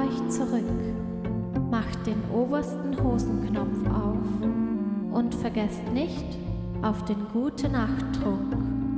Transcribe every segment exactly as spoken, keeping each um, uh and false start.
euch zurück, macht den obersten Hosenknopf auf und vergesst nicht auf den Gute-Nacht-Trunk.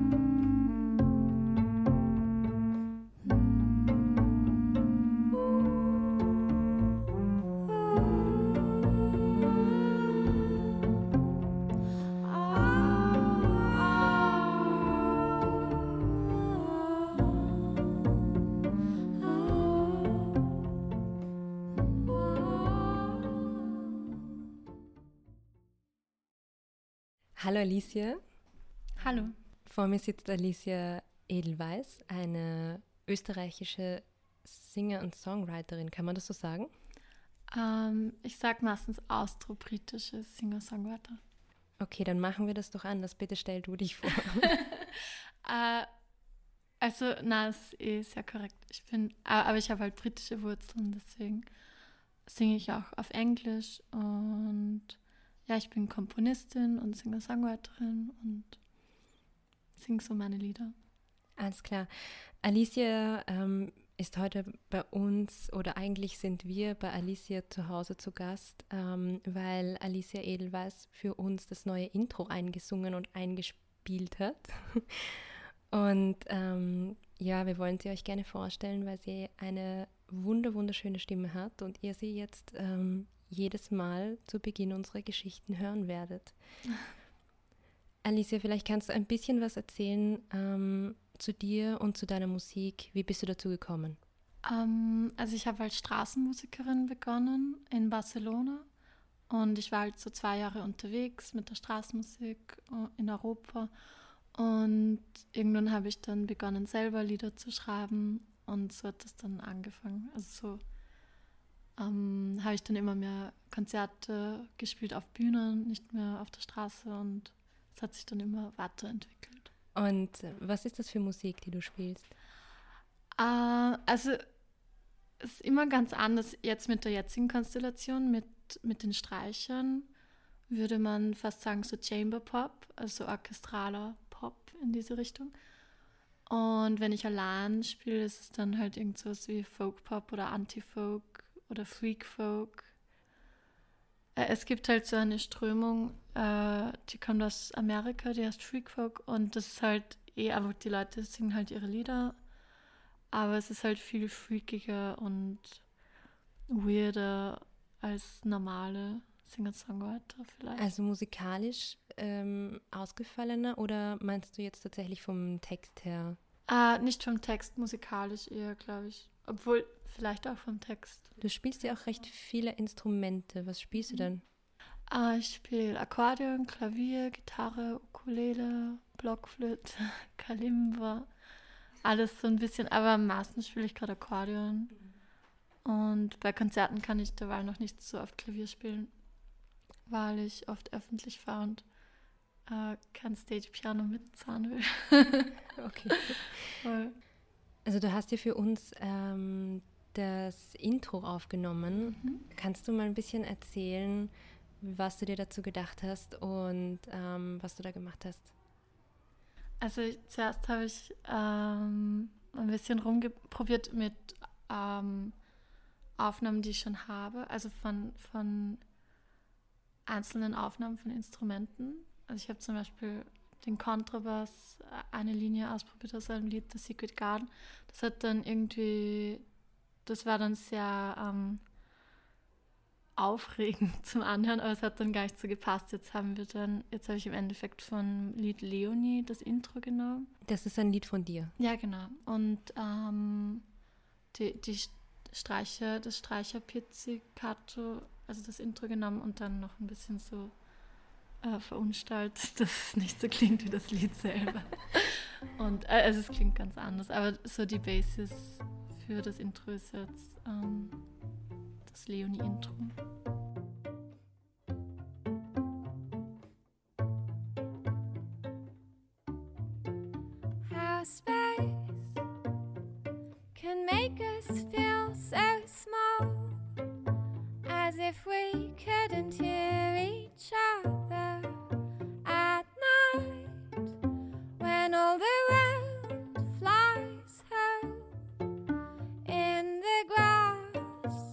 Hallo Alicia. Hallo. Vor mir sitzt Alicia Edelweiss, eine österreichische Singer- und Songwriterin. Kann man das so sagen? Ähm, ich sage meistens austrobritische Singer-Songwriter. Okay, dann machen wir das doch anders. Bitte stell du dich vor. äh, also, nein, es ist eh sehr korrekt. Ich bin, aber ich habe halt britische Wurzeln, deswegen singe ich auch auf Englisch und ja, ich bin Komponistin und Singer-Songwriterin und singe so meine Lieder. Alles klar. Alicia ähm, ist heute bei uns, oder eigentlich sind wir bei Alicia zu Hause zu Gast, ähm, weil Alicia Edelweiss für uns das neue Intro eingesungen und eingespielt hat. Und ähm, ja, wir wollen sie euch gerne vorstellen, weil sie eine wunder wunderschöne Stimme hat und ihr sie jetzt ähm, jedes Mal zu Beginn unserer Geschichten hören werdet. Alicia, vielleicht kannst du ein bisschen was erzählen ähm, zu dir und zu deiner Musik. Wie bist du dazu gekommen? Um, also ich habe als Straßenmusikerin begonnen in Barcelona und ich war halt so zwei Jahre unterwegs mit der Straßenmusik in Europa und irgendwann habe ich dann begonnen, selber Lieder zu schreiben und so hat das dann angefangen. Also so um, habe ich dann immer mehr Konzerte gespielt auf Bühnen, nicht mehr auf der Straße und es hat sich dann immer weiterentwickelt. Und was ist das für Musik, die du spielst? Uh, also es ist immer ganz anders. Jetzt mit der jetzigen Konstellation, mit, mit den Streichern, würde man fast sagen so Chamber Pop, also orchestraler Pop in diese Richtung. Und wenn ich allein spiele, ist es dann halt irgendwas wie Folk Pop oder Anti-Folk oder Freak Folk. Äh, es gibt halt so eine Strömung, äh, die kommt aus Amerika, die heißt Freak Folk und das ist halt eh einfach, die Leute singen halt ihre Lieder, aber es ist halt viel freakiger und weirder als normale Singer-Songwriter vielleicht. Also musikalisch ähm, ausgefallener oder meinst du jetzt tatsächlich vom Text her? Ah, nicht vom Text, musikalisch eher, glaube ich. Obwohl, vielleicht auch vom Text. Du spielst ja auch recht viele Instrumente. Was spielst du denn? Ah, ich spiele Akkordeon, Klavier, Gitarre, Ukulele, Blockflöte, Kalimba. Alles so ein bisschen, aber am meisten spiele ich gerade Akkordeon. Und bei Konzerten kann ich derweil noch nicht so oft Klavier spielen, weil ich oft öffentlich fahre und äh, kein Stage-Piano mitzahlen will. Okay. Voll. Also du hast ja für uns ähm, das Intro aufgenommen. Mhm. Kannst du mal ein bisschen erzählen, was du dir dazu gedacht hast und ähm, was du da gemacht hast? Also zuerst habe ich ähm, ein bisschen rumprobiert mit ähm, Aufnahmen, die ich schon habe, also von, von einzelnen Aufnahmen von Instrumenten. Also ich habe zum Beispiel den Kontrabass, eine Linie ausprobiert aus einem Lied, The Secret Garden. Das hat dann irgendwie, das war dann sehr ähm, aufregend zum Anhören, aber es hat dann gar nicht so gepasst. Jetzt haben wir dann, jetzt habe ich im Endeffekt von Lied Leonie das Intro genommen. Das ist ein Lied von dir? Ja, genau. Und ähm, die, die Streicher, das Streicher-Pizzicato, also das Intro genommen und dann noch ein bisschen so äh, verunstaltet, dass es nicht so klingt wie das Lied selber. Und äh, also es klingt ganz anders, aber so die Basis für das Intro ist jetzt ähm, das Leonie-Intro. How space can make us feel so small, as if we couldn't hear each other at night, when all the world flies home in the grass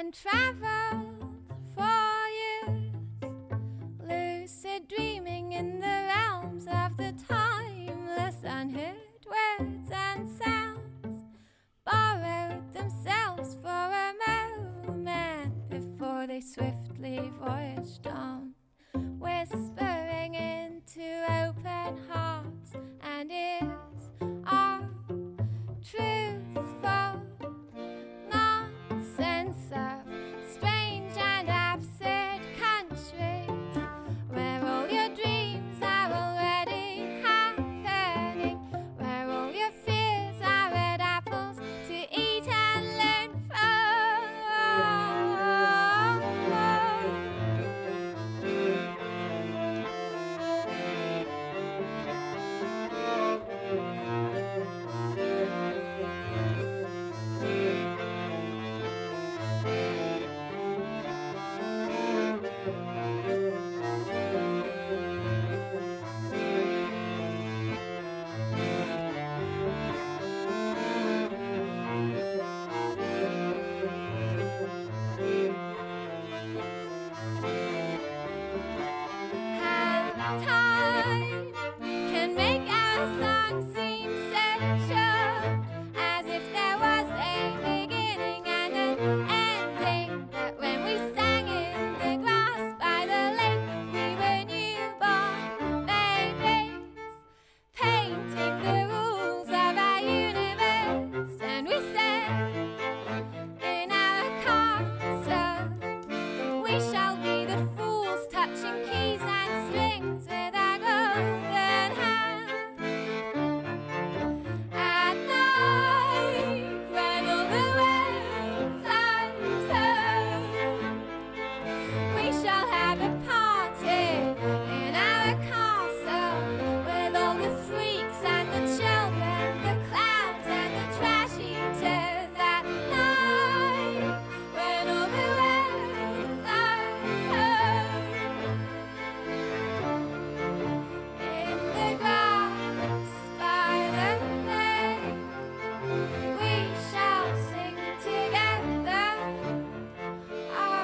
and traveled for years, lucid dreaming in the realms of the timeless, unheard words and sounds, borrowed themselves for a moment before they swiftly voyaged on, whispering into open hearts and ears are truthful nonsense of strange and absurd countries where all your dreams are already happening, where all your fears are red apples to eat and learn from. How time can make our song seem so short, as if there was a beginning and an ending. But when we sang in the grass by the lake, we were newborn babies, painting the rules of our universe. And we said in our castle, we shall be the fools touching keys and strings with our golden hands. At night, when all the world flies home, we shall have a party in our castle with all the freaks and the children, the clowns and the trash eaters. At night, when all the world flies home, in the grass by the lake, we shall sing together. Ah, ah.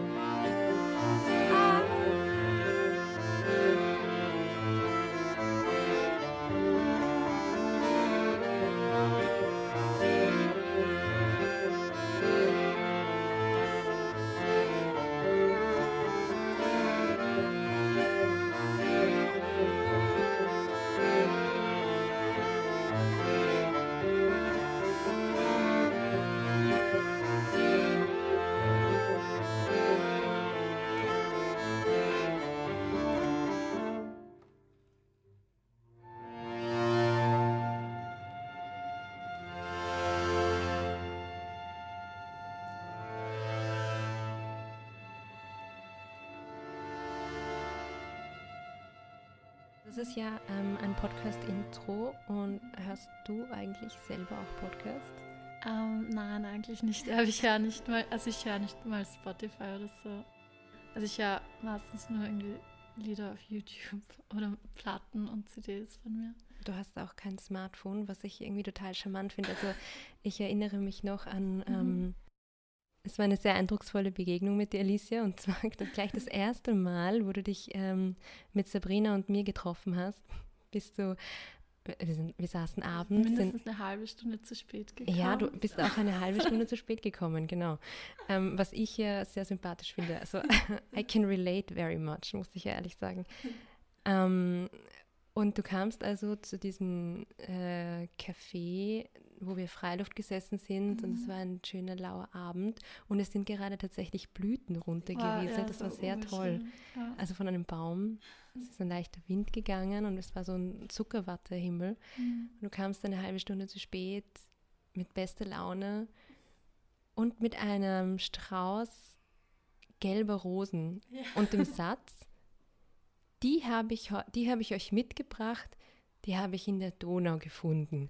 Das ist ja ähm, ein Podcast-Intro und hörst du eigentlich selber auch Podcasts? Ähm, nein, eigentlich nicht. Aber ich höre nicht mal, also ich höre nicht mal Spotify oder so. Also ich höre meistens nur irgendwie Lieder auf YouTube oder Platten und C Ds von mir. Du hast auch kein Smartphone, was ich irgendwie total charmant finde. Also ich erinnere mich noch an, Mhm. ähm, es war eine sehr eindrucksvolle Begegnung mit dir, Alicia, und zwar gleich das erste Mal, wo du dich ähm, mit Sabrina und mir getroffen hast, bist du, wir, sind, wir saßen abends. Mindestens eine halbe Stunde zu spät gekommen. Ja, du bist auch eine halbe Stunde zu spät gekommen, genau. Ähm, was ich ja sehr sympathisch finde. Also I can relate very much, muss ich ja ehrlich sagen. Ähm, und du kamst also zu diesem äh, Café, wo wir Freiluft gesessen sind, Mhm. und es war ein schöner, lauer Abend und es sind gerade tatsächlich Blüten runtergerieselt. Wow, ja, das so war sehr toll. wunderschön. Ja. Also von einem Baum, es ist ein leichter Wind gegangen und es war so ein Zuckerwattehimmel. Mhm. Und du kamst eine halbe Stunde zu spät, mit bester Laune und mit einem Strauß gelber Rosen Ja. und dem Satz, die habe ich, heu- die habe ich euch mitgebracht, die habe ich in der Donau gefunden.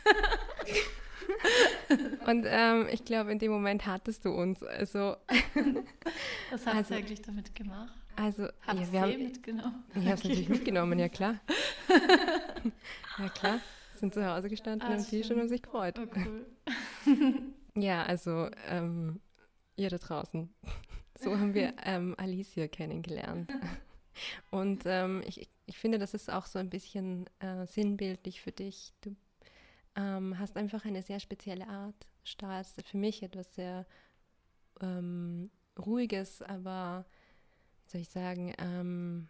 Und ähm, ich glaube, in dem Moment hattest du uns. Also, Was habt Also- ihr eigentlich damit gemacht? also Habt ja, ihr wir sie haben, mitgenommen? ich habe es natürlich mitgenommen, ja klar. Ja klar, sind zu Hause gestanden Ah, am Tisch und schön. haben sich gefreut. Oh, cool. Ja, also ähm, ihr da draußen. So haben wir ähm, Alicia kennengelernt. Und ähm, ich, ich finde, das ist auch so ein bisschen äh, sinnbildlich für dich. Du ähm, hast einfach eine sehr spezielle Art, strahlst für mich etwas sehr ähm, Ruhiges, aber, wie soll ich sagen, ähm,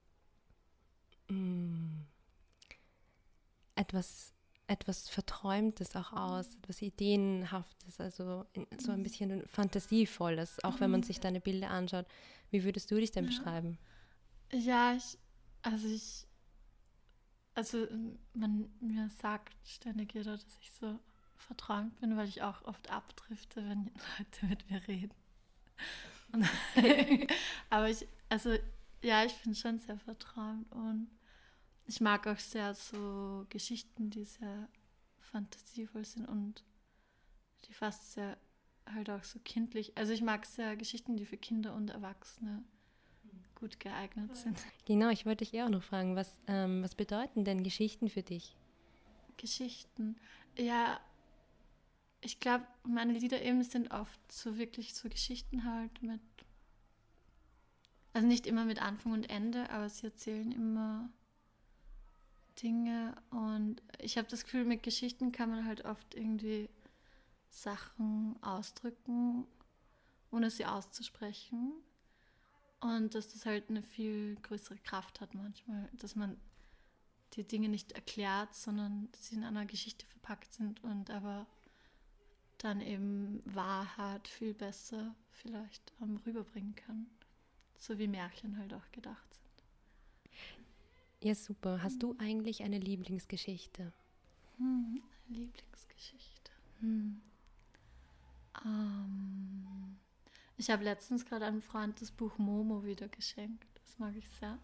mh, etwas, etwas Verträumtes auch aus, etwas Ideenhaftes, also in, so ein bisschen Fantasievolles, auch wenn man sich deine Bilder anschaut. Wie würdest du dich denn Ja. beschreiben? Ja, ich, also ich, also man mir sagt ständig jeder, dass ich so verträumt bin, weil ich auch oft abdrifte, wenn Leute mit mir reden. Und aber ich, also ja, ich bin schon sehr verträumt und ich mag auch sehr so Geschichten, die sehr fantasievoll sind und die fast sehr halt auch so kindlich. Also ich mag sehr Geschichten, die für Kinder und Erwachsene gut geeignet sind. Genau, ich wollte dich eher auch noch fragen, was, ähm, was bedeuten denn Geschichten für dich? Geschichten. Ja, ich glaube, meine Lieder eben sind oft so wirklich so Geschichten halt mit, also nicht immer mit Anfang und Ende, aber sie erzählen immer Dinge und ich habe das Gefühl, mit Geschichten kann man halt oft irgendwie Sachen ausdrücken, ohne sie auszusprechen. Und dass das halt eine viel größere Kraft hat manchmal, dass man die Dinge nicht erklärt, sondern sie in einer Geschichte verpackt sind und aber dann eben Wahrheit viel besser vielleicht ähm, rüberbringen kann. So wie Märchen halt auch gedacht sind. Ja, super. Hast du eigentlich eine Lieblingsgeschichte? Hm, eine Lieblingsgeschichte. Hm. Ähm, ich habe letztens gerade einem Freund das Buch Momo wieder geschenkt. Das mag ich sehr.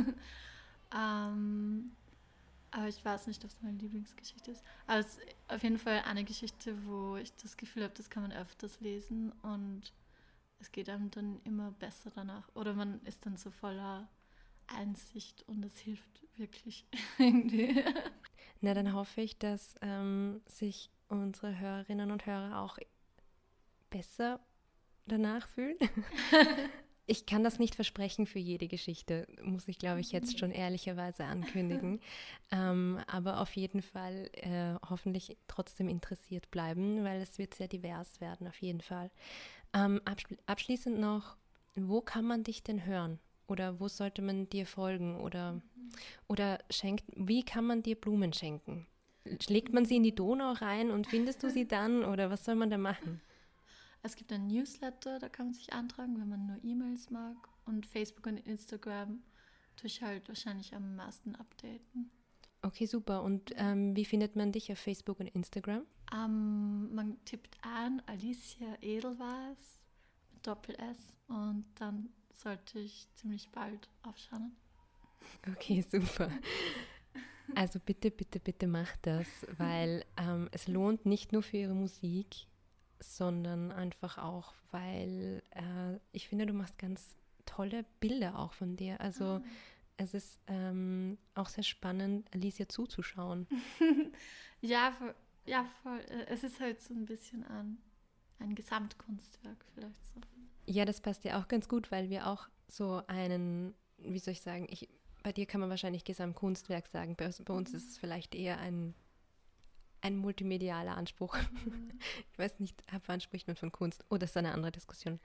ähm, aber ich weiß nicht, ob es meine Lieblingsgeschichte ist. Aber es ist auf jeden Fall eine Geschichte, wo ich das Gefühl habe, das kann man öfters lesen und es geht einem dann immer besser danach. Oder man ist dann so voller Einsicht und es hilft wirklich irgendwie. Na, dann hoffe ich, dass ähm, sich unsere Hörerinnen und Hörer auch besser danach fühlen. Ich kann das nicht versprechen für jede Geschichte, muss ich, glaube ich, jetzt schon ehrlicherweise ankündigen. ähm, aber auf jeden Fall äh, hoffentlich trotzdem interessiert bleiben, weil es wird sehr divers werden, auf jeden Fall. Ähm, abschli- abschließend noch, wo kann man dich denn hören? Oder wo sollte man dir folgen? Oder, oder schenkt, wie kann man dir Blumen schenken? Legt man sie in die Donau rein und findest du sie dann? Oder was soll man da machen? Es gibt ein Newsletter, da kann man sich eintragen, wenn man nur E-Mails mag. Und Facebook und Instagram tue ich halt wahrscheinlich am meisten updaten. Okay, super. Und ähm, wie findet man dich auf Facebook und Instagram? Ähm, man tippt an Alicia Edelweiss mit Doppel-S und dann sollte ich ziemlich bald aufschauen. Okay, super. Also bitte, bitte, bitte macht das, weil ähm, es lohnt nicht nur für ihre Musik, sondern einfach auch, weil äh, ich finde, du machst ganz tolle Bilder auch von dir. Also Ah. es ist ähm, auch sehr spannend, Alicia zuzuschauen. ja, voll, ja, voll. Äh, Es ist halt so ein bisschen ein, ein Gesamtkunstwerk vielleicht so. Ja, das passt ja auch ganz gut, weil wir auch so einen, wie soll ich sagen, ich, bei dir kann man wahrscheinlich Gesamtkunstwerk sagen, bei, bei uns ist es vielleicht eher ein, ein multimedialer Anspruch. Ich weiß nicht, ab wann spricht man von Kunst? Oh, das ist eine andere Diskussion.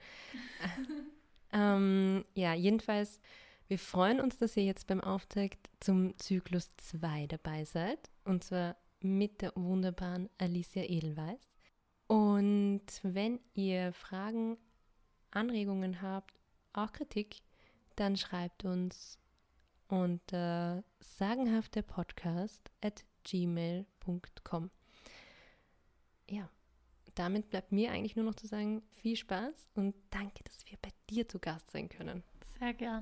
ähm, ja, jedenfalls, wir freuen uns, dass ihr jetzt beim Auftakt zum Zyklus zwei dabei seid, und zwar mit der wunderbaren Alicia Edelweiss. Und wenn ihr Fragen, Anregungen habt, auch Kritik, dann schreibt uns unter sagenhafterpodcast at gmail punkt com. Ja, damit bleibt mir eigentlich nur noch zu sagen, viel Spaß und danke, dass wir bei dir zu Gast sein können. Sehr gern.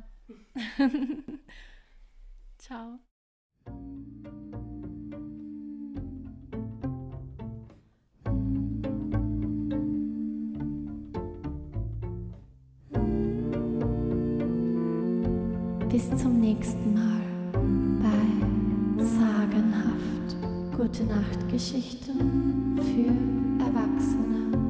Ciao. Bis zum nächsten Mal bei Sagenhaft. Gute Nacht Geschichten für Erwachsene.